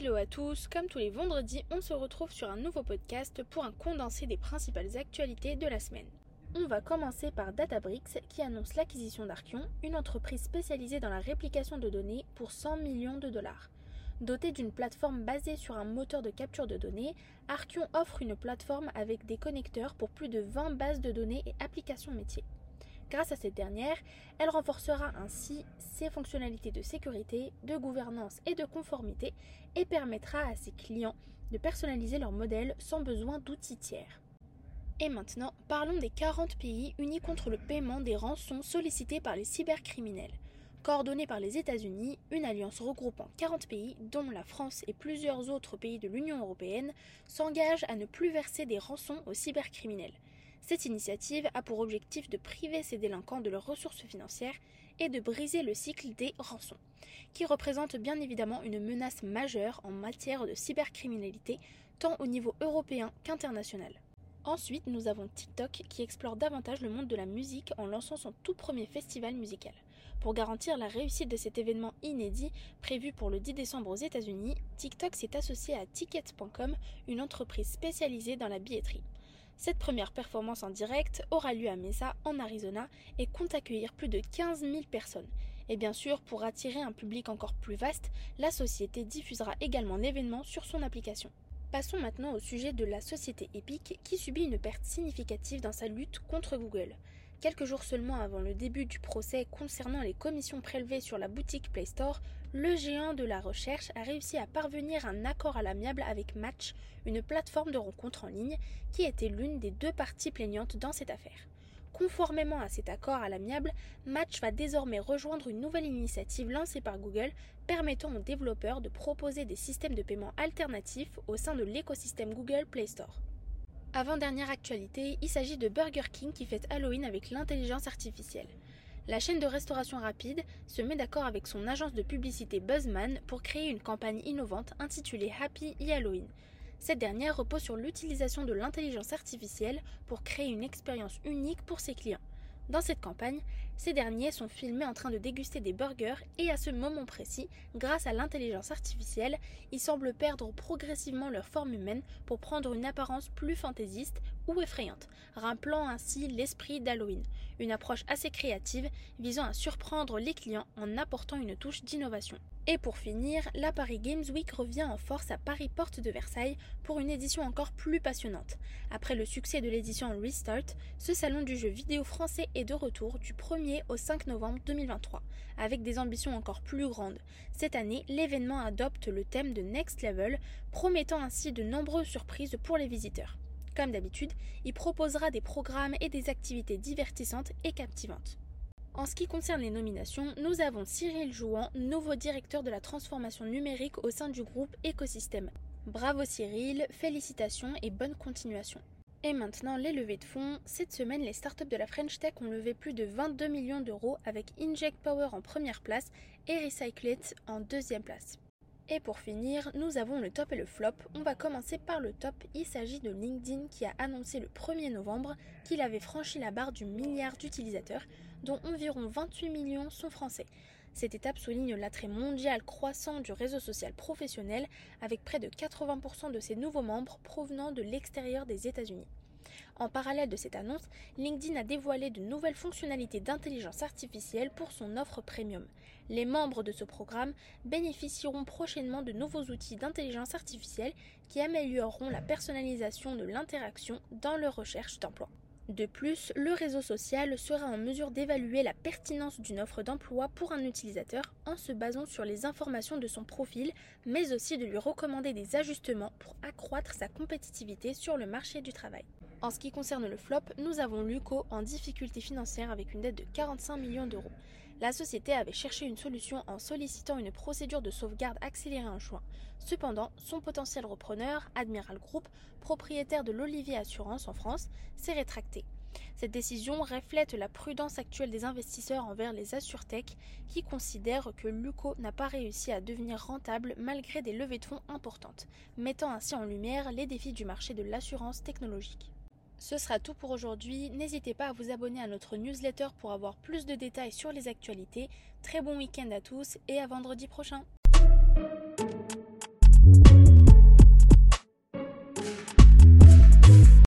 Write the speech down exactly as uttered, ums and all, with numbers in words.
Hello à tous, comme tous les vendredis, on se retrouve sur un nouveau podcast pour un condensé des principales actualités de la semaine. On va commencer par Databricks qui annonce l'acquisition d'Arkion, une entreprise spécialisée dans la réplication de données pour cent millions de dollars. Dotée d'une plateforme basée sur un moteur de capture de données, Arkion offre une plateforme avec des connecteurs pour plus de vingt bases de données et applications métiers. Grâce à cette dernière, elle renforcera ainsi ses fonctionnalités de sécurité, de gouvernance et de conformité et permettra à ses clients de personnaliser leurs modèles sans besoin d'outils tiers. Et maintenant, parlons des quarante pays unis contre le paiement des rançons sollicitées par les cybercriminels. Coordonnée par les États-Unis, une alliance regroupant quarante pays, dont la France et plusieurs autres pays de l'Union européenne, s'engage à ne plus verser des rançons aux cybercriminels. Cette initiative a pour objectif de priver ces délinquants de leurs ressources financières et de briser le cycle des rançons, qui représente bien évidemment une menace majeure en matière de cybercriminalité, tant au niveau européen qu'international. Ensuite, nous avons TikTok qui explore davantage le monde de la musique en lançant son tout premier festival musical. Pour garantir la réussite de cet événement inédit, prévu pour le dix décembre aux États-Unis, TikTok s'est associé à Ticket point com, une entreprise spécialisée dans la billetterie. Cette première performance en direct aura lieu à Mesa, en Arizona, et compte accueillir plus de quinze mille personnes. Et bien sûr, pour attirer un public encore plus vaste, la société diffusera également l'événement sur son application. Passons maintenant au sujet de la société Epic qui subit une perte significative dans sa lutte contre Google. Quelques jours seulement avant le début du procès concernant les commissions prélevées sur la boutique Play Store, le géant de la recherche a réussi à parvenir à un accord à l'amiable avec Match, une plateforme de rencontres en ligne qui était l'une des deux parties plaignantes dans cette affaire. Conformément à cet accord à l'amiable, Match va désormais rejoindre une nouvelle initiative lancée par Google permettant aux développeurs de proposer des systèmes de paiement alternatifs au sein de l'écosystème Google Play Store. Avant-dernière actualité, il s'agit de Burger King qui fête Halloween avec l'intelligence artificielle. La chaîne de restauration rapide se met d'accord avec son agence de publicité Buzzman pour créer une campagne innovante intitulée Happy Halloween. Cette dernière repose sur l'utilisation de l'intelligence artificielle pour créer une expérience unique pour ses clients. Dans cette campagne, ces derniers sont filmés en train de déguster des burgers et à ce moment précis, grâce à l'intelligence artificielle, ils semblent perdre progressivement leur forme humaine pour prendre une apparence plus fantaisiste ou effrayante, rappelant ainsi l'esprit d'Halloween, une approche assez créative visant à surprendre les clients en apportant une touche d'innovation. Et pour finir, la Paris Games Week revient en force à Paris Porte de Versailles pour une édition encore plus passionnante. Après le succès de l'édition Restart, ce salon du jeu vidéo français est de retour du premier au cinq novembre deux mille vingt-trois, avec des ambitions encore plus grandes. Cette année, l'événement adopte le thème de Next Level, promettant ainsi de nombreuses surprises pour les visiteurs. Comme d'habitude, il proposera des programmes et des activités divertissantes et captivantes. En ce qui concerne les nominations, nous avons Cyril Jouan, nouveau directeur de la transformation numérique au sein du groupe Écosystème. Bravo Cyril, félicitations et bonne continuation. Et maintenant, les levées de fonds. Cette semaine, les startups de la French Tech ont levé plus de vingt-deux millions d'euros avec Inject Power en première place et Recyclate en deuxième place. Et pour finir, nous avons le top et le flop. On va commencer par le top. Il s'agit de LinkedIn qui a annoncé le premier novembre qu'il avait franchi la barre du milliard d'utilisateurs, dont environ vingt-huit millions sont français. Cette étape souligne l'attrait mondial croissant du réseau social professionnel avec près de quatre-vingts pour cent de ses nouveaux membres provenant de l'extérieur des États-Unis. En parallèle de cette annonce, LinkedIn a dévoilé de nouvelles fonctionnalités d'intelligence artificielle pour son offre premium. Les membres de ce programme bénéficieront prochainement de nouveaux outils d'intelligence artificielle qui amélioreront la personnalisation de l'interaction dans leur recherche d'emploi. De plus, le réseau social sera en mesure d'évaluer la pertinence d'une offre d'emploi pour un utilisateur en se basant sur les informations de son profil, mais aussi de lui recommander des ajustements pour accroître sa compétitivité sur le marché du travail. En ce qui concerne le flop, nous avons Luko en difficulté financière avec une dette de quarante-cinq millions d'euros. La société avait cherché une solution en sollicitant une procédure de sauvegarde accélérée en juin. Cependant, son potentiel repreneur, Admiral Group, propriétaire de l'Olivier Assurance en France, s'est rétracté. Cette décision reflète la prudence actuelle des investisseurs envers les assurtech qui considèrent que Luko n'a pas réussi à devenir rentable malgré des levées de fonds importantes, mettant ainsi en lumière les défis du marché de l'assurance technologique. Ce sera tout pour aujourd'hui. N'hésitez pas à vous abonner à notre newsletter pour avoir plus de détails sur les actualités. Très bon week-end à tous et à vendredi prochain.